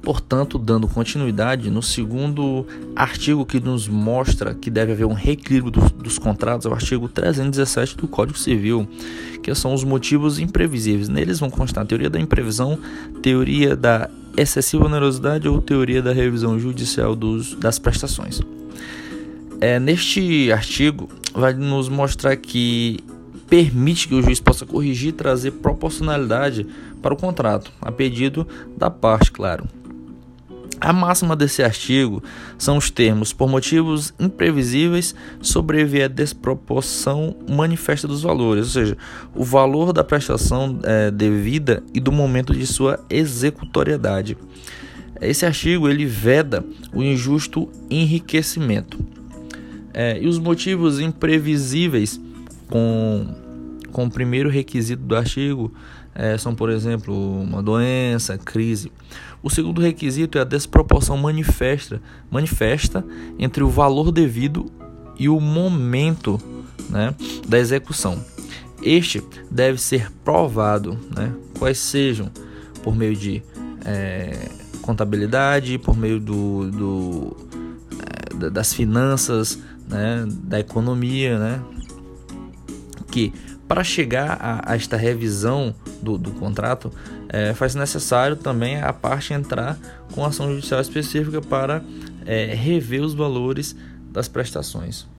Portanto, dando continuidade, no segundo artigo que nos mostra que deve haver um reequilíbrio dos contratos, é o artigo 317 do Código Civil, que são os motivos imprevisíveis. Neles vão constar a teoria da imprevisão, teoria da excessiva onerosidade ou teoria da revisão judicial das prestações. Neste artigo, vai nos mostrar que permite que o juiz possa corrigir e trazer proporcionalidade para o contrato, a pedido da parte, claro. A máxima desse artigo são os termos: por motivos imprevisíveis, sobrevier a desproporção manifesta dos valores, ou seja, o valor da prestação devida e do momento de sua executoriedade. Esse artigo ele veda o injusto enriquecimento. E os motivos imprevisíveis com o primeiro requisito do artigo são, por exemplo, uma doença, crise. O segundo requisito é a desproporção manifesta entre o valor devido e o momento, da execução. Este deve ser provado, quais sejam, por meio de contabilidade, por meio das finanças, da economia, que para chegar a esta revisão do contrato, faz necessário também a parte entrar com ação judicial específica para rever os valores das prestações.